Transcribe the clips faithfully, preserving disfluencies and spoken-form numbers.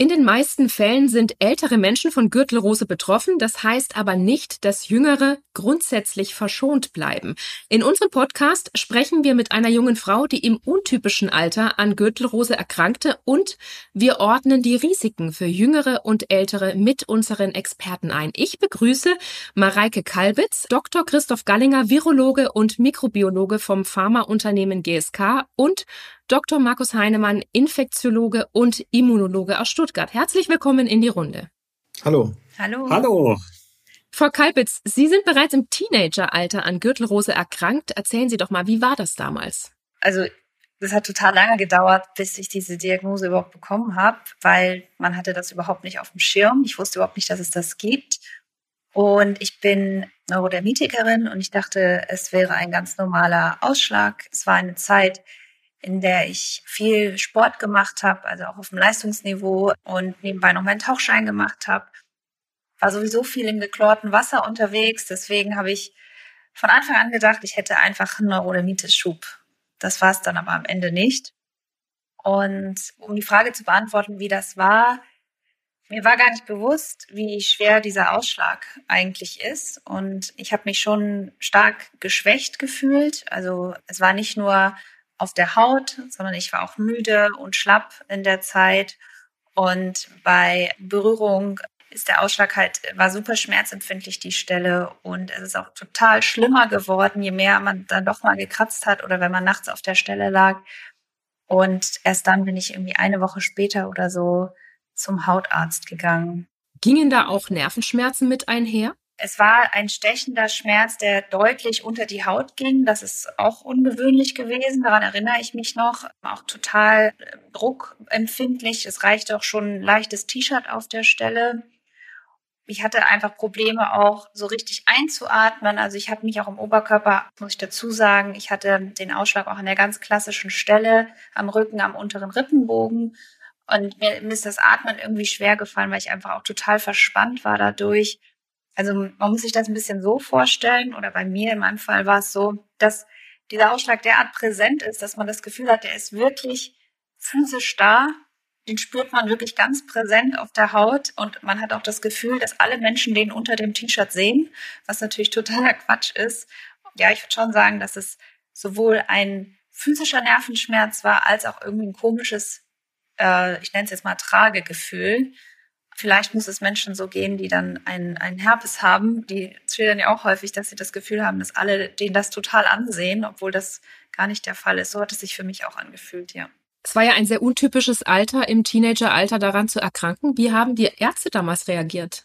In den meisten Fällen sind ältere Menschen von Gürtelrose betroffen. Das heißt aber nicht, dass Jüngere grundsätzlich verschont bleiben. In unserem Podcast sprechen wir mit einer jungen Frau, die im untypischen Alter an Gürtelrose erkrankte, und wir ordnen die Risiken für Jüngere und Ältere mit unseren Experten ein. Ich begrüße Mareike Kalbitz, Doktor Christoph Gallinger, Virologe und Mikrobiologe vom Pharmaunternehmen G S K, und Doktor Markus Heinemann, Infektiologe und Immunologe aus Stuttgart. Herzlich willkommen in die Runde. Hallo. Hallo. Hallo. Frau Kalbitz, Sie sind bereits im Teenageralter an Gürtelrose erkrankt. Erzählen Sie doch mal, wie war das damals? Also das hat total lange gedauert, bis ich diese Diagnose überhaupt bekommen habe, weil man hatte das überhaupt nicht auf dem Schirm. Ich wusste überhaupt nicht, dass es das gibt. Und ich bin Neurodermitikerin und ich dachte, es wäre ein ganz normaler Ausschlag. Es war eine Zeit, in der ich viel Sport gemacht habe, also auch auf dem Leistungsniveau, und nebenbei noch meinen Tauchschein gemacht habe. War sowieso viel im geklorten Wasser unterwegs, deswegen habe ich von Anfang an gedacht, ich hätte einfach einen Neurodermitis-Schub. Das war es dann aber am Ende nicht. Und um die Frage zu beantworten, wie das war, mir war gar nicht bewusst, wie schwer dieser Ausschlag eigentlich ist. Und ich habe mich schon stark geschwächt gefühlt. Also es war nicht nur auf der Haut, sondern ich war auch müde und schlapp in der Zeit. Und bei Berührung ist der Ausschlag halt, war super schmerzempfindlich, die Stelle. Und es ist auch total schlimmer geworden, je mehr man dann doch mal gekratzt hat oder wenn man nachts auf der Stelle lag. Und erst dann bin ich irgendwie eine Woche später oder so zum Hautarzt gegangen. Gingen da auch Nervenschmerzen mit einher? Es war ein stechender Schmerz, der deutlich unter die Haut ging. Das ist auch ungewöhnlich gewesen. Daran erinnere ich mich noch. Auch total druckempfindlich. Es reichte auch schon ein leichtes T-Shirt auf der Stelle. Ich hatte einfach Probleme auch so richtig einzuatmen. Also ich habe mich auch im Oberkörper, muss ich dazu sagen, ich hatte den Ausschlag auch an der ganz klassischen Stelle am Rücken, am unteren Rippenbogen. Und mir, mir ist das Atmen irgendwie schwer gefallen, weil ich einfach auch total verspannt war dadurch. Also man muss sich das ein bisschen so vorstellen, oder bei mir in meinem Fall war es so, dass dieser Ausschlag derart präsent ist, dass man das Gefühl hat, der ist wirklich physisch da. Den spürt man wirklich ganz präsent auf der Haut, und man hat auch das Gefühl, dass alle Menschen den unter dem T-Shirt sehen, was natürlich totaler Quatsch ist. Ja, ich würde schon sagen, dass es sowohl ein physischer Nervenschmerz war, als auch irgendwie ein komisches, äh, ich nenne es jetzt mal Tragegefühl. Vielleicht muss es Menschen so gehen, die dann einen, einen Herpes haben. Die schildern ja auch häufig, dass sie das Gefühl haben, dass alle denen das total ansehen, obwohl das gar nicht der Fall ist. So hat es sich für mich auch angefühlt, ja. Es war ja ein sehr untypisches Alter, im Teenageralter daran zu erkranken. Wie haben die Ärzte damals reagiert?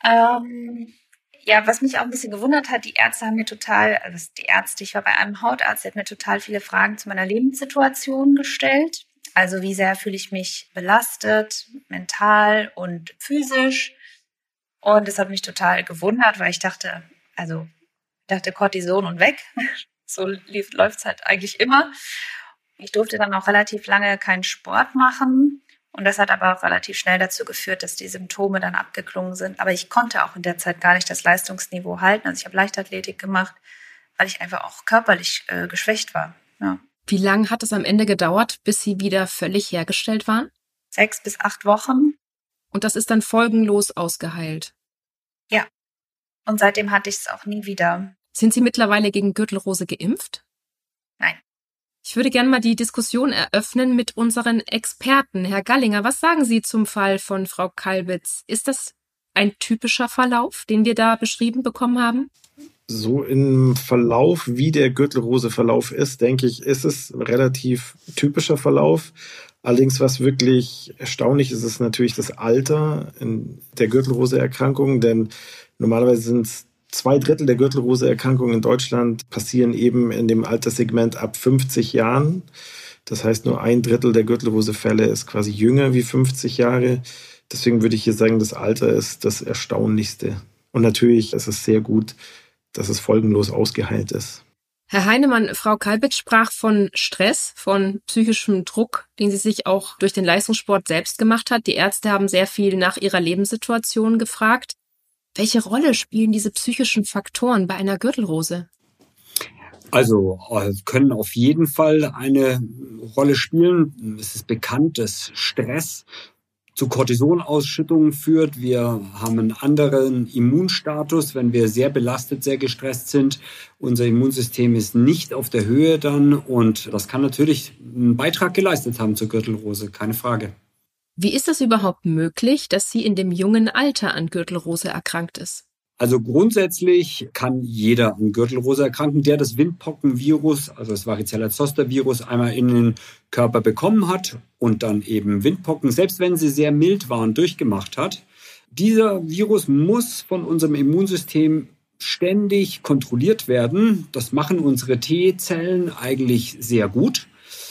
Ähm, ja, was mich auch ein bisschen gewundert hat, die Ärzte haben mir total, also die Ärzte, ich war bei einem Hautarzt, der hat mir total viele Fragen zu meiner Lebenssituation gestellt. Also wie sehr fühle ich mich belastet, mental und physisch. Und das hat mich total gewundert, weil ich dachte, also ich dachte Cortison und weg. So läuft es halt eigentlich immer. Ich durfte dann auch relativ lange keinen Sport machen. Und das hat aber auch relativ schnell dazu geführt, dass die Symptome dann abgeklungen sind. Aber ich konnte auch in der Zeit gar nicht das Leistungsniveau halten. Also ich habe Leichtathletik gemacht, weil ich einfach auch körperlich äh, geschwächt war. Ja. Wie lange hat es am Ende gedauert, bis Sie wieder völlig hergestellt waren? Sechs bis acht Wochen. Und das ist dann folgenlos ausgeheilt? Ja. Und seitdem hatte ich es auch nie wieder. Sind Sie mittlerweile gegen Gürtelrose geimpft? Nein. Ich würde gerne mal die Diskussion eröffnen mit unseren Experten. Herr Gallinger, was sagen Sie zum Fall von Frau Kalbitz? Ist das ein typischer Verlauf, den wir da beschrieben bekommen haben? So im Verlauf, wie der Gürtelrose-Verlauf ist, denke ich, ist es ein relativ typischer Verlauf. Allerdings, was wirklich erstaunlich ist, ist natürlich das Alter der Gürtelrose-Erkrankung, denn normalerweise sind es zwei Drittel der Gürtelrose-Erkrankungen in Deutschland passieren eben in dem Alterssegment ab fünfzig Jahren. Das heißt, nur ein Drittel der Gürtelrose-Fälle ist quasi jünger wie fünfzig Jahre. Deswegen würde ich hier sagen, das Alter ist das Erstaunlichste. Und natürlich ist es sehr gut, dass es folgenlos ausgeheilt ist. Herr Heinemann, Frau Kalbitz sprach von Stress, von psychischem Druck, den sie sich auch durch den Leistungssport selbst gemacht hat. Die Ärzte haben sehr viel nach ihrer Lebenssituation gefragt. Welche Rolle spielen diese psychischen Faktoren bei einer Gürtelrose? Also können auf jeden Fall eine Rolle spielen. Es ist bekannt, dass Stress zu Cortisonausschüttungen führt. Wir haben einen anderen Immunstatus, wenn wir sehr belastet, sehr gestresst sind. Unser Immunsystem ist nicht auf der Höhe dann und das kann natürlich einen Beitrag geleistet haben zur Gürtelrose, keine Frage. Wie ist es überhaupt möglich, dass sie in dem jungen Alter an Gürtelrose erkrankt ist? Also grundsätzlich kann jeder an Gürtelrose erkranken, der das Windpockenvirus, also das Varicella-Zoster-Virus, einmal in den Körper bekommen hat und dann eben Windpocken, selbst wenn sie sehr mild waren, durchgemacht hat. Dieser Virus muss von unserem Immunsystem ständig kontrolliert werden. Das machen unsere T-Zellen eigentlich sehr gut,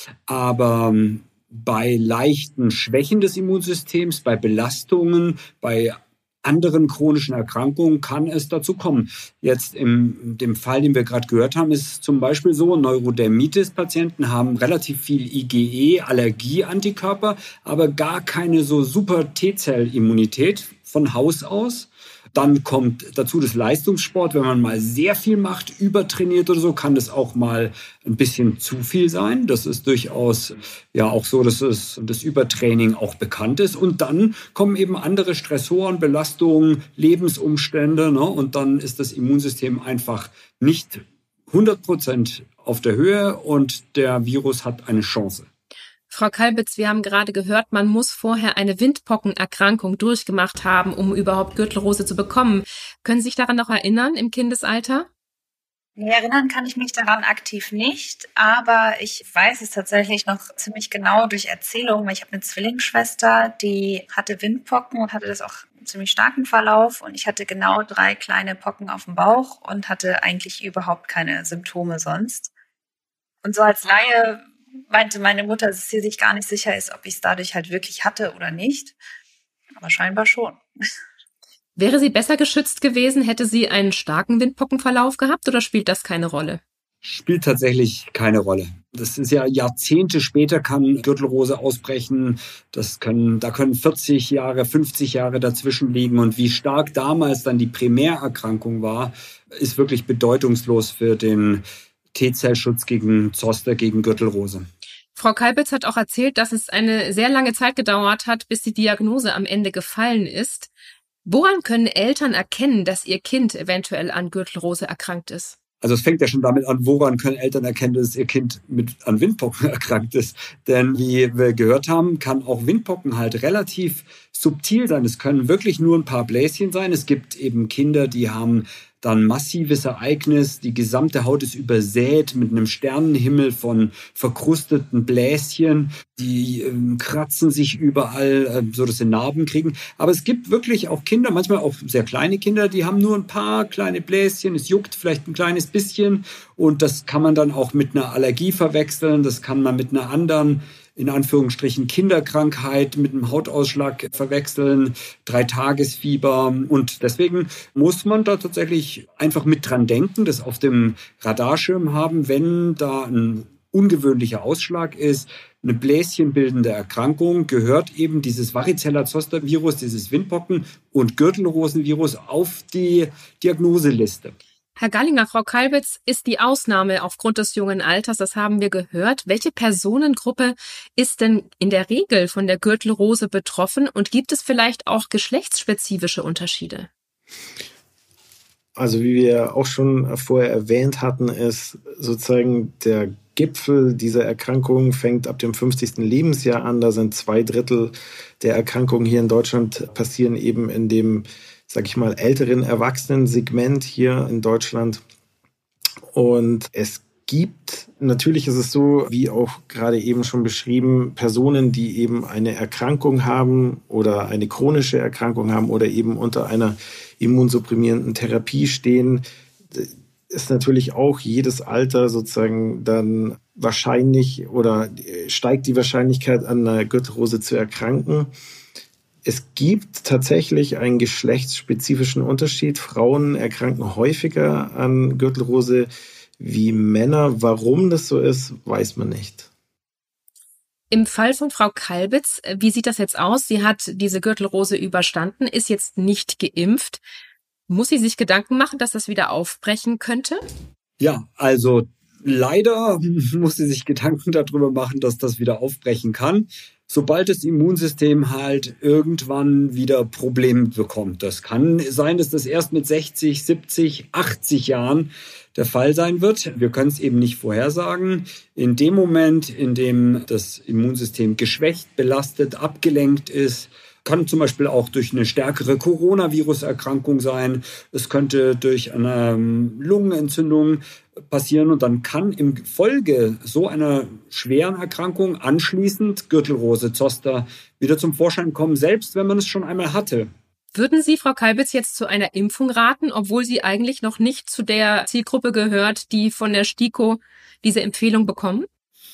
aber bei leichten Schwächen des Immunsystems, bei Belastungen, bei anderen chronischen Erkrankungen kann es dazu kommen. Jetzt in dem Fall, den wir gerade gehört haben, ist es zum Beispiel so, Neurodermitis-Patienten haben relativ viel IgE, Allergieantikörper, aber gar keine so super T-Zell-Immunität von Haus aus. Dann kommt dazu das Leistungssport. Wenn man mal sehr viel macht, übertrainiert oder so, kann das auch mal ein bisschen zu viel sein. Das ist durchaus ja auch so, dass es, das Übertraining auch bekannt ist. Und dann kommen eben andere Stressoren, Belastungen, Lebensumstände, ne? Und dann ist das Immunsystem einfach nicht hundert Prozent auf der Höhe und der Virus hat eine Chance. Frau Kalbitz, wir haben gerade gehört, man muss vorher eine Windpockenerkrankung durchgemacht haben, um überhaupt Gürtelrose zu bekommen. Können Sie sich daran noch erinnern im Kindesalter? Nee, erinnern kann ich mich daran aktiv nicht, aber ich weiß es tatsächlich noch ziemlich genau durch Erzählungen. Ich habe eine Zwillingsschwester, die hatte Windpocken und hatte das auch einen ziemlich starken Verlauf und ich hatte genau drei kleine Pocken auf dem Bauch und hatte eigentlich überhaupt keine Symptome sonst. Und so als Laie meinte meine Mutter, dass sie sich gar nicht sicher ist, ob ich es dadurch halt wirklich hatte oder nicht. Aber scheinbar schon. Wäre sie besser geschützt gewesen, hätte sie einen starken Windpockenverlauf gehabt oder spielt das keine Rolle? Spielt tatsächlich keine Rolle. Das ist ja Jahrzehnte später kann Gürtelrose ausbrechen. Das können, da können vierzig Jahre, fünfzig Jahre dazwischen liegen. Und wie stark damals dann die Primärerkrankung war, ist wirklich bedeutungslos für den T-Zellschutz gegen Zoster, gegen Gürtelrose. Frau Kalbitz hat auch erzählt, dass es eine sehr lange Zeit gedauert hat, bis die Diagnose am Ende gefallen ist. Woran können Eltern erkennen, dass ihr Kind eventuell an Gürtelrose erkrankt ist? Also es fängt ja schon damit an, woran können Eltern erkennen, dass ihr Kind mit an Windpocken erkrankt ist. Denn wie wir gehört haben, kann auch Windpocken halt relativ subtil sein. Es können wirklich nur ein paar Bläschen sein. Es gibt eben Kinder, die haben dann massives Ereignis, die gesamte Haut ist übersät mit einem Sternenhimmel von verkrusteten Bläschen, die ähm, kratzen sich überall, äh, so dass sie Narben kriegen. Aber es gibt wirklich auch Kinder, manchmal auch sehr kleine Kinder, die haben nur ein paar kleine Bläschen, es juckt vielleicht ein kleines bisschen und das kann man dann auch mit einer Allergie verwechseln, das kann man mit einer anderen in Anführungsstrichen Kinderkrankheit mit einem Hautausschlag verwechseln, Dreitagesfieber. Und deswegen muss man da tatsächlich einfach mit dran denken, das auf dem Radarschirm haben, wenn da ein ungewöhnlicher Ausschlag ist, eine bläschenbildende Erkrankung, gehört eben dieses Varicella-Zoster-Virus, dieses Windpocken- und Gürtelrosenvirus auf die Diagnoseliste. Herr Gallinger, Frau Kalbitz ist die Ausnahme aufgrund des jungen Alters, das haben wir gehört. Welche Personengruppe ist denn in der Regel von der Gürtelrose betroffen und gibt es vielleicht auch geschlechtsspezifische Unterschiede? Also wie wir auch schon vorher erwähnt hatten, ist sozusagen der Gipfel dieser Erkrankung fängt ab dem fünfzigsten Lebensjahr an. Da sind zwei Drittel der Erkrankungen hier in Deutschland passieren eben in dem, sag ich mal, älteren Erwachsenen-Segment hier in Deutschland. Und es gibt, natürlich ist es so, wie auch gerade eben schon beschrieben, Personen, die eben eine Erkrankung haben oder eine chronische Erkrankung haben oder eben unter einer immunsupprimierenden Therapie stehen, ist natürlich auch jedes Alter sozusagen dann wahrscheinlich oder steigt die Wahrscheinlichkeit, an einer Gürtelrose zu erkranken. Es gibt tatsächlich einen geschlechtsspezifischen Unterschied. Frauen erkranken häufiger an Gürtelrose wie Männer. Warum das so ist, weiß man nicht. Im Fall von Frau Kalbitz, wie sieht das jetzt aus? Sie hat diese Gürtelrose überstanden, ist jetzt nicht geimpft. Muss sie sich Gedanken machen, dass das wieder aufbrechen könnte? Ja, also leider muss sie sich Gedanken darüber machen, dass das wieder aufbrechen kann. sobald das Immunsystem halt irgendwann wieder Probleme bekommt. Das kann sein, dass das erst mit sechzig, siebzig, achtzig Jahren der Fall sein wird. Wir können es eben nicht vorhersagen. In dem Moment, in dem das Immunsystem geschwächt, belastet, abgelenkt ist, kann zum Beispiel auch durch eine stärkere Coronavirus-Erkrankung sein. Es könnte durch eine Lungenentzündung passieren und dann kann im Folge so einer schweren Erkrankung anschließend Gürtelrose Zoster wieder zum Vorschein kommen, selbst wenn man es schon einmal hatte. Würden Sie, Frau Kalbitz, jetzt zu einer Impfung raten, obwohl sie eigentlich noch nicht zu der Zielgruppe gehört, die von der STIKO diese Empfehlung bekommen?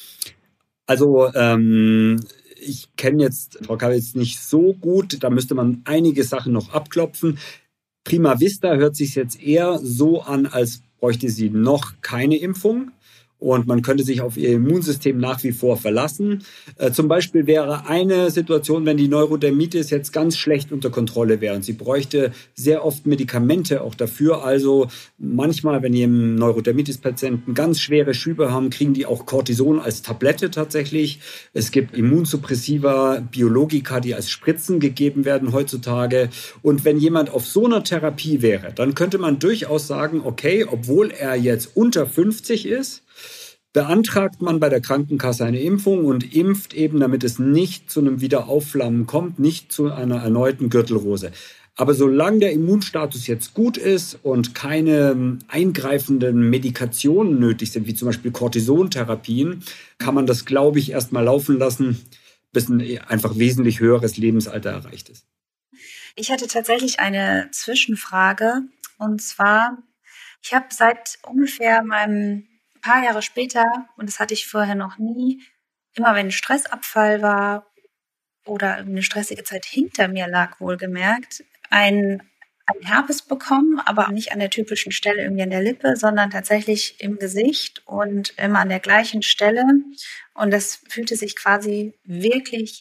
Also ähm, ich kenne jetzt Frau Kalbitz nicht so gut, da müsste man einige Sachen noch abklopfen. Prima vista hört sich jetzt eher so an, als bräuchte sie noch keine Impfung. Und man könnte sich auf ihr Immunsystem nach wie vor verlassen. Äh, zum Beispiel wäre eine Situation, wenn die Neurodermitis jetzt ganz schlecht unter Kontrolle wäre und sie bräuchte sehr oft Medikamente auch dafür. Also manchmal, wenn die im Neurodermitis-Patienten ganz schwere Schübe haben, kriegen die auch Cortison als Tablette tatsächlich. Es gibt Immunsuppressiva, Biologika, die als Spritzen gegeben werden heutzutage. Und wenn jemand auf so einer Therapie wäre, dann könnte man durchaus sagen, okay, obwohl er jetzt unter fünfzig ist, beantragt man bei der Krankenkasse eine Impfung und impft eben, damit es nicht zu einem Wiederaufflammen kommt, nicht zu einer erneuten Gürtelrose. Aber solange der Immunstatus jetzt gut ist und keine eingreifenden Medikationen nötig sind, wie zum Beispiel Cortisontherapien, kann man das, glaube ich, erstmal laufen lassen, bis ein einfach wesentlich höheres Lebensalter erreicht ist. Ich hatte tatsächlich eine Zwischenfrage, und zwar, ich habe seit ungefähr meinem ein paar Jahre später, und das hatte ich vorher noch nie, immer wenn ein Stressabfall war oder eine stressige Zeit hinter mir lag, wohlgemerkt, ein, ein Herpes bekommen, aber nicht an der typischen Stelle irgendwie an der Lippe, sondern tatsächlich im Gesicht und immer an der gleichen Stelle. Und das fühlte sich quasi wirklich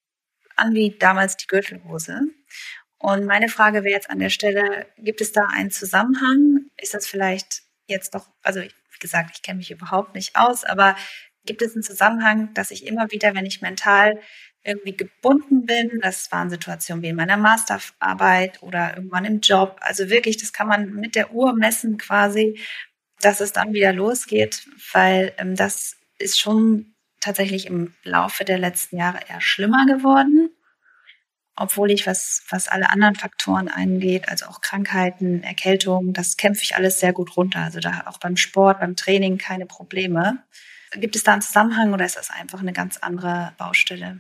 an wie damals die Gürtelrose. Und meine Frage wäre jetzt an der Stelle, gibt es da einen Zusammenhang? Ist das vielleicht jetzt doch, also wie gesagt, ich kenne mich überhaupt nicht aus, aber gibt es einen Zusammenhang, dass ich immer wieder, wenn ich mental irgendwie gebunden bin, das waren Situationen wie in meiner Masterarbeit oder irgendwann im Job, also wirklich, das kann man mit der Uhr messen quasi, dass es dann wieder losgeht, weil ähm, das ist schon tatsächlich im Laufe der letzten Jahre eher schlimmer geworden. Obwohl ich, was, was alle anderen Faktoren angeht, also auch Krankheiten, Erkältungen, das kämpfe ich alles sehr gut runter. Also da auch beim Sport, beim Training keine Probleme. Gibt es da einen Zusammenhang oder ist das einfach eine ganz andere Baustelle?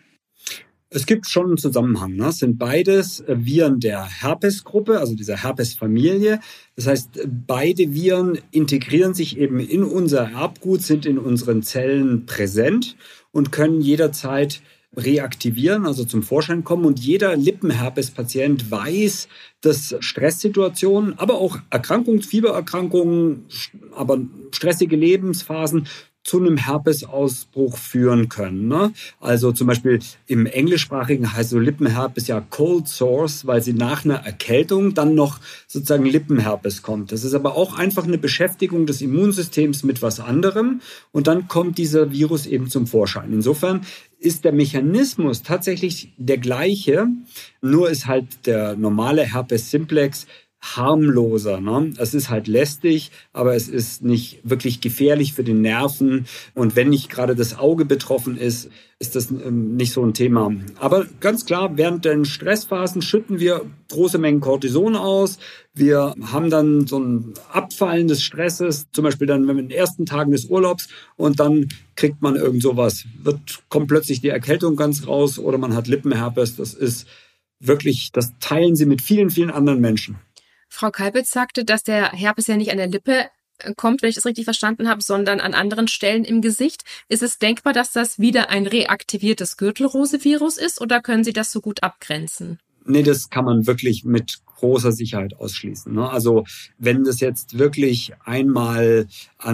Es gibt schon einen Zusammenhang. Ne? Es sind beides Viren der Herpesgruppe, also dieser Herpesfamilie. Das heißt, beide Viren integrieren sich eben in unser Erbgut, sind in unseren Zellen präsent und können jederzeit reaktivieren, also zum Vorschein kommen. Und jeder Lippenherpes-Patient weiß, dass Stresssituationen, aber auch Erkrankungen, Fiebererkrankungen, aber stressige Lebensphasen zu einem Herpesausbruch führen können. Ne? Also zum Beispiel im Englischsprachigen heißt so Lippenherpes ja Cold Sores, weil sie nach einer Erkältung dann noch sozusagen Lippenherpes kommt. Das ist aber auch einfach eine Beschäftigung des Immunsystems mit was anderem und dann kommt dieser Virus eben zum Vorschein. Insofern ist der Mechanismus tatsächlich der gleiche, nur ist halt der normale Herpes simplex harmloser. Ne? Es ist halt lästig, aber es ist nicht wirklich gefährlich für den Nerven. Und wenn nicht gerade das Auge betroffen ist, ist das ähm, nicht so ein Thema. Aber ganz klar, während den Stressphasen schütten wir große Mengen Cortison aus. Wir haben dann so ein Abfallen des Stresses, zum Beispiel dann wenn wir in den ersten Tagen des Urlaubs und dann kriegt man irgend sowas, wird, kommt plötzlich die Erkältung ganz raus oder man hat Lippenherpes. Das ist wirklich, das teilen sie mit vielen, vielen anderen Menschen. Frau Kalbitz sagte, dass der Herpes ja nicht an der Lippe kommt, wenn ich das richtig verstanden habe, sondern an anderen Stellen im Gesicht. Ist es denkbar, dass das wieder ein reaktiviertes Gürtelrose-Virus ist oder können Sie das so gut abgrenzen? Nee, das kann man wirklich mit großer Sicherheit ausschließen. Ne? Also wenn das jetzt wirklich einmal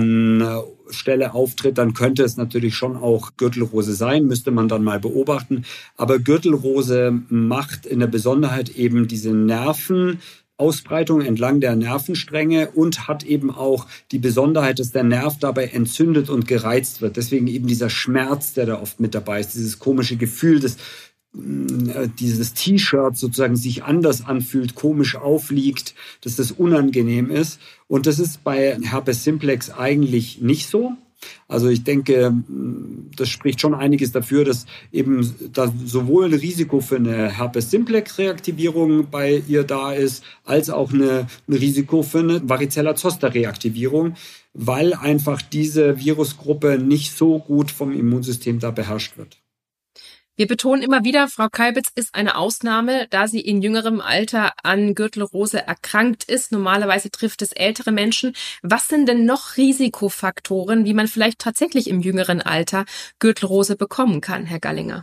an Stelle auftritt, dann könnte es natürlich schon auch Gürtelrose sein, müsste man dann mal beobachten. Aber Gürtelrose macht in der Besonderheit eben diese Nerven Ausbreitung entlang der Nervenstränge und hat eben auch die Besonderheit, dass der Nerv dabei entzündet und gereizt wird. Deswegen eben dieser Schmerz, der da oft mit dabei ist, dieses komische Gefühl, dass dieses T-Shirt sozusagen sich anders anfühlt, komisch aufliegt, dass das unangenehm ist. Und das ist bei Herpes simplex eigentlich nicht so. Also ich denke, das spricht schon einiges dafür, dass eben da sowohl ein Risiko für eine Herpes-Simplex-Reaktivierung bei ihr da ist, als auch eine, ein Risiko für eine Varicella-Zoster-Reaktivierung, weil einfach diese Virusgruppe nicht so gut vom Immunsystem da beherrscht wird. Wir betonen immer wieder, Frau Kalbitz ist eine Ausnahme, da sie in jüngerem Alter an Gürtelrose erkrankt ist. Normalerweise trifft es ältere Menschen. Was sind denn noch Risikofaktoren, wie man vielleicht tatsächlich im jüngeren Alter Gürtelrose bekommen kann, Herr Gallinger?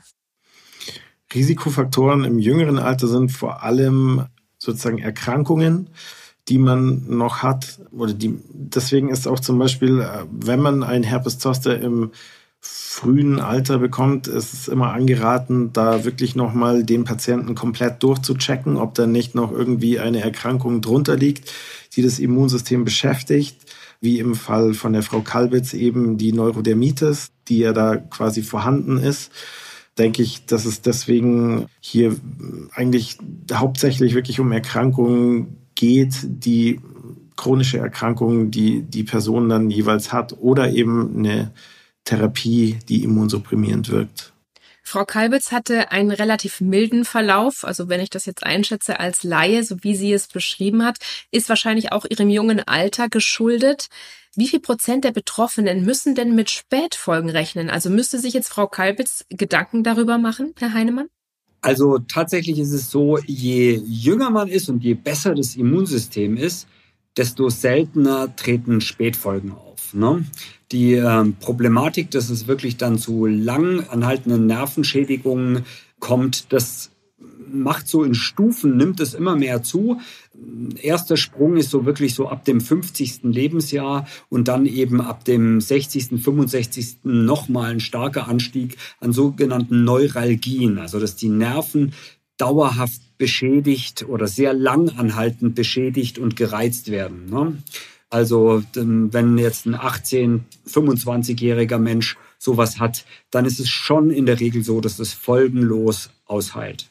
Risikofaktoren im jüngeren Alter sind vor allem sozusagen Erkrankungen, die man noch hat. Oder die, deswegen ist auch zum Beispiel, wenn man ein Herpes Zoster im frühen Alter bekommt, ist es immer angeraten, da wirklich nochmal den Patienten komplett durchzuchecken, ob da nicht noch irgendwie eine Erkrankung drunter liegt, die das Immunsystem beschäftigt, wie im Fall von der Frau Kalbitz eben die Neurodermitis, die ja da quasi vorhanden ist. Denke ich, dass es deswegen hier eigentlich hauptsächlich wirklich um Erkrankungen geht, die chronische Erkrankungen, die die Person dann jeweils hat, oder eben eine Therapie, die immunsupprimierend wirkt. Frau Kalbitz hatte einen relativ milden Verlauf, also wenn ich das jetzt einschätze als Laie, so wie sie es beschrieben hat, ist wahrscheinlich auch ihrem jungen Alter geschuldet. Wie viel Prozent der Betroffenen müssen denn mit Spätfolgen rechnen? Also müsste sich jetzt Frau Kalbitz Gedanken darüber machen, Herr Heinemann? Also tatsächlich ist es so, je jünger man ist und je besser das Immunsystem ist, desto seltener treten Spätfolgen auf. Ne? Die ähm, Problematik, dass es wirklich dann zu lang anhaltenden Nervenschädigungen kommt, das macht so in Stufen, nimmt es immer mehr zu. Erster Sprung ist so wirklich so ab dem fünfzigsten Lebensjahr und dann eben ab dem sechzigsten, fünfundsechzigsten nochmal ein starker Anstieg an sogenannten Neuralgien, also dass die Nerven dauerhaft beschädigt oder sehr lang anhaltend beschädigt und gereizt werden. Ne? Also wenn jetzt ein achtzehn-, fünfundzwanzigjähriger Mensch sowas hat, dann ist es schon in der Regel so, dass es folgenlos ausheilt.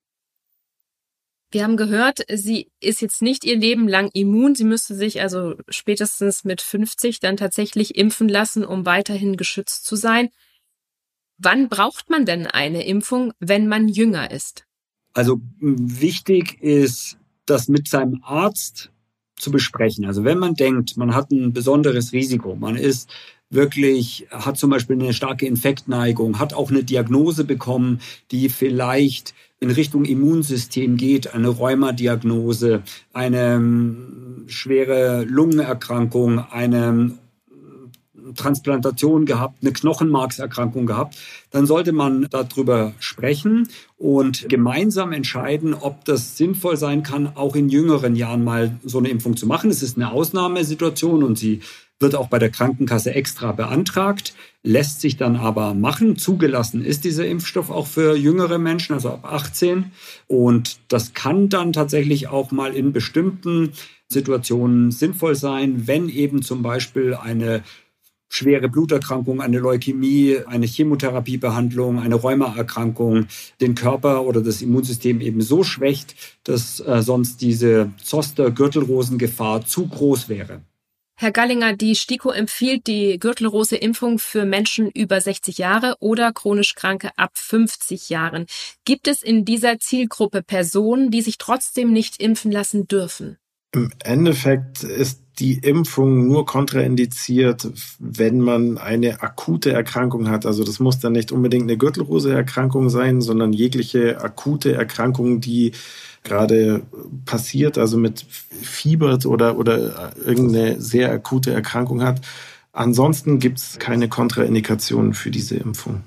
Wir haben gehört, sie ist jetzt nicht ihr Leben lang immun. Sie müsste sich also spätestens mit fünfzig dann tatsächlich impfen lassen, um weiterhin geschützt zu sein. Wann braucht man denn eine Impfung, wenn man jünger ist? Also wichtig ist, das mit seinem Arzt zu besprechen. Also wenn man denkt, man hat ein besonderes Risiko, man ist wirklich, hat zum Beispiel eine starke Infektneigung, hat auch eine Diagnose bekommen, die vielleicht in Richtung Immunsystem geht, eine Rheumadiagnose, eine schwere Lungenerkrankung, eine Transplantation gehabt, eine Knochenmarkserkrankung gehabt, dann sollte man darüber sprechen und gemeinsam entscheiden, ob das sinnvoll sein kann, auch in jüngeren Jahren mal so eine Impfung zu machen. Es ist eine Ausnahmesituation und sie wird auch bei der Krankenkasse extra beantragt, lässt sich dann aber machen. Zugelassen ist dieser Impfstoff auch für jüngere Menschen, also ab achtzehn. Und das kann dann tatsächlich auch mal in bestimmten Situationen sinnvoll sein, wenn eben zum Beispiel eine schwere Bluterkrankung, eine Leukämie, eine Chemotherapiebehandlung, eine Rheumaerkrankung den Körper oder das Immunsystem eben so schwächt, dass äh, sonst diese Zoster-Gürtelrosen-Gefahr zu groß wäre. Herr Gallinger, die STIKO empfiehlt die Gürtelrose-Impfung für Menschen über sechzig Jahre oder chronisch Kranke ab fünfzig Jahren. Gibt es in dieser Zielgruppe Personen, die sich trotzdem nicht impfen lassen dürfen? Im Endeffekt ist die Impfung nur kontraindiziert, wenn man eine akute Erkrankung hat. Also das muss dann nicht unbedingt eine Gürtelrose-Erkrankung sein, sondern jegliche akute Erkrankung, die gerade passiert, also mit Fieber oder, oder irgendeine sehr akute Erkrankung hat. Ansonsten gibt es keine Kontraindikationen für diese Impfung.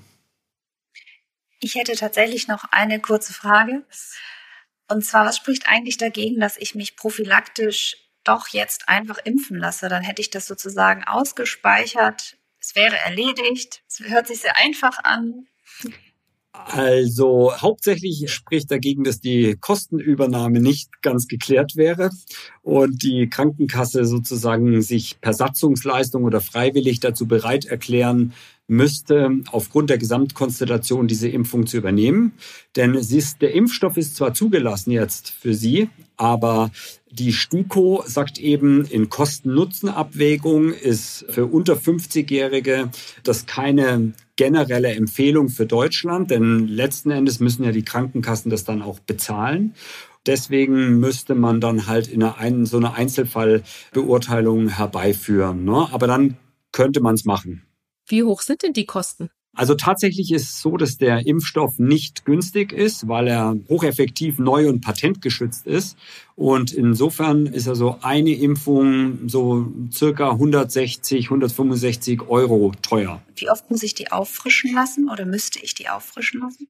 Ich hätte tatsächlich noch eine kurze Frage. Und zwar, was spricht eigentlich dagegen, dass ich mich prophylaktisch doch jetzt einfach impfen lasse? Dann hätte ich das sozusagen ausgespeichert. Es wäre erledigt. Es hört sich sehr einfach an. Also hauptsächlich spricht dagegen, dass die Kostenübernahme nicht ganz geklärt wäre und die Krankenkasse sozusagen sich per Satzungsleistung oder freiwillig dazu bereit erklären müsste, aufgrund der Gesamtkonstellation diese Impfung zu übernehmen. Denn es ist, der Impfstoff ist zwar zugelassen jetzt für Sie, aber die STIKO sagt eben, in Kosten-Nutzen-Abwägung ist für unter fünfzigjährige das keine generelle Empfehlung für Deutschland, denn letzten Endes müssen ja die Krankenkassen das dann auch bezahlen. Deswegen müsste man dann halt in einer, so eine Einzelfallbeurteilung herbeiführen, ne? Aber dann könnte man es machen. Wie hoch sind denn die Kosten? Also tatsächlich ist es so, dass der Impfstoff nicht günstig ist, weil er hocheffektiv neu und patentgeschützt ist. Und insofern ist also eine Impfung so circa hundertsechzig, hundertfünfundsechzig Euro teuer. Wie oft muss ich die auffrischen lassen oder müsste ich die auffrischen lassen?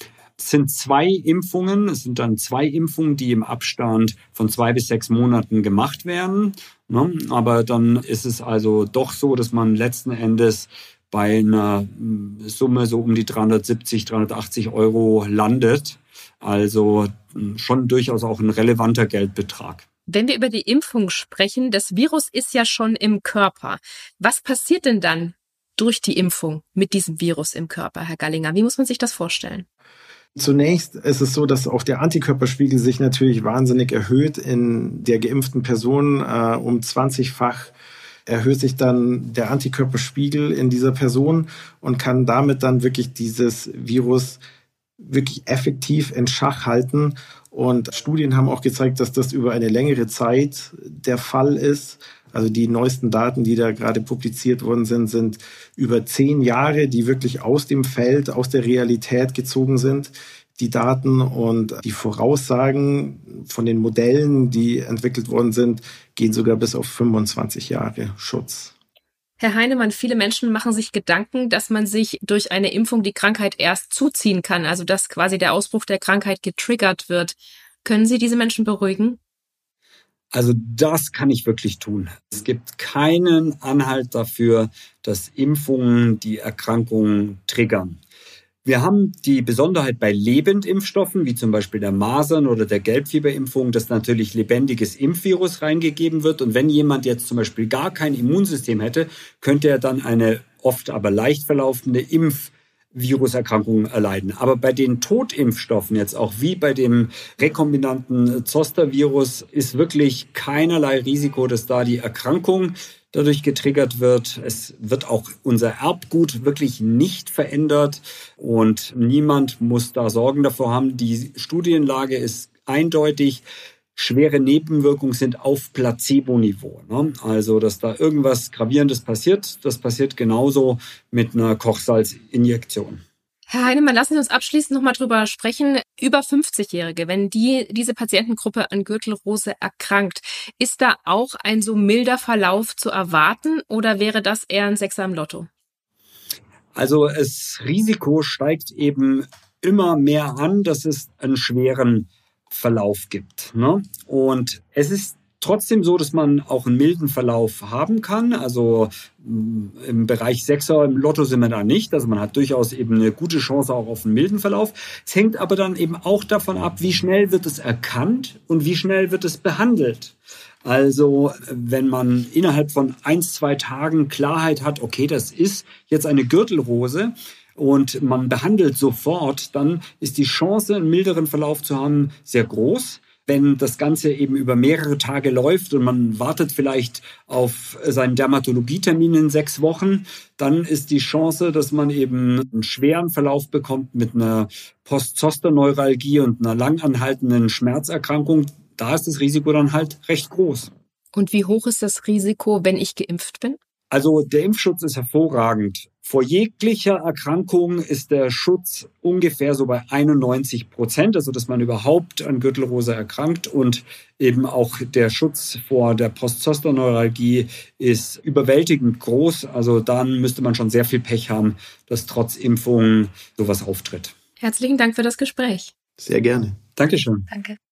Es sind zwei Impfungen, es sind dann zwei Impfungen, die im Abstand von zwei bis sechs Monaten gemacht werden. Aber dann ist es also doch so, dass man letzten Endes bei einer Summe so um die dreihundertsiebzig, dreihundertachtzig Euro landet. Also schon durchaus auch ein relevanter Geldbetrag. Wenn wir über die Impfung sprechen, das Virus ist ja schon im Körper. Was passiert denn dann durch die Impfung mit diesem Virus im Körper, Herr Gallinger? Wie muss man sich das vorstellen? Zunächst ist es so, dass auch der Antikörperspiegel sich natürlich wahnsinnig erhöht in der geimpften Person. Äh, um zwanzigfach erhöht sich dann der Antikörperspiegel in dieser Person und kann damit dann wirklich dieses Virus wirklich effektiv in Schach halten. Und Studien haben auch gezeigt, dass das über eine längere Zeit der Fall ist. Also die neuesten Daten, die da gerade publiziert worden sind, sind über zehn Jahre, die wirklich aus dem Feld, aus der Realität gezogen sind, die Daten. Und die Voraussagen von den Modellen, die entwickelt worden sind, gehen sogar bis auf fünfundzwanzig Jahre Schutz. Herr Heinemann, viele Menschen machen sich Gedanken, dass man sich durch eine Impfung die Krankheit erst zuziehen kann, also dass quasi der Ausbruch der Krankheit getriggert wird. Können Sie diese Menschen beruhigen? Also das kann ich wirklich tun. Es gibt keinen Anhalt dafür, dass Impfungen die Erkrankung triggern. Wir haben die Besonderheit bei Lebendimpfstoffen, wie zum Beispiel der Masern- oder der Gelbfieberimpfung, dass natürlich lebendiges Impfvirus reingegeben wird. Und wenn jemand jetzt zum Beispiel gar kein Immunsystem hätte, könnte er dann eine oft aber leicht verlaufende Impf Viruserkrankungen erleiden. Aber bei den Totimpfstoffen, jetzt auch wie bei dem rekombinanten Zoster-Virus, ist wirklich keinerlei Risiko, dass da die Erkrankung dadurch getriggert wird. Es wird auch unser Erbgut wirklich nicht verändert und niemand muss da Sorgen davor haben. Die Studienlage ist eindeutig. Schwere Nebenwirkungen sind auf Placebo-Niveau. Ne? Also, dass da irgendwas Gravierendes passiert, das passiert genauso mit einer Kochsalzinjektion. Herr Heinemann, lassen Sie uns abschließend noch mal drüber sprechen. Über fünfzigjährige, wenn die diese Patientengruppe an Gürtelrose erkrankt, ist da auch ein so milder Verlauf zu erwarten oder wäre das eher ein Sechser im Lotto? Also, das Risiko steigt eben immer mehr an, dass es einen schweren Verlauf gibt. Ne? Und es ist trotzdem so, dass man auch einen milden Verlauf haben kann. Also im Bereich Sechser im Lotto sind wir da nicht. Also man hat durchaus eben eine gute Chance auch auf einen milden Verlauf. Es hängt aber dann eben auch davon ab, wie schnell wird es erkannt und wie schnell wird es behandelt. Also wenn man innerhalb von ein, zwei Tagen Klarheit hat, okay, das ist jetzt eine Gürtelrose, und man behandelt sofort, dann ist die Chance, einen milderen Verlauf zu haben, sehr groß. Wenn das Ganze eben über mehrere Tage läuft und man wartet vielleicht auf seinen Dermatologietermin in sechs Wochen, dann ist die Chance, dass man eben einen schweren Verlauf bekommt mit einer Post-Zoster-Neuralgie und einer langanhaltenden Schmerzerkrankung, da ist das Risiko dann halt recht groß. Und wie hoch ist das Risiko, wenn ich geimpft bin? Also der Impfschutz ist hervorragend. Vor jeglicher Erkrankung ist der Schutz ungefähr so bei einundneunzig Prozent, also dass man überhaupt an Gürtelrose erkrankt. Und eben auch der Schutz vor der Post-Zoster-Neuralgie ist überwältigend groß. Also dann müsste man schon sehr viel Pech haben, dass trotz Impfungen sowas auftritt. Herzlichen Dank für das Gespräch. Sehr gerne. Dankeschön. Danke.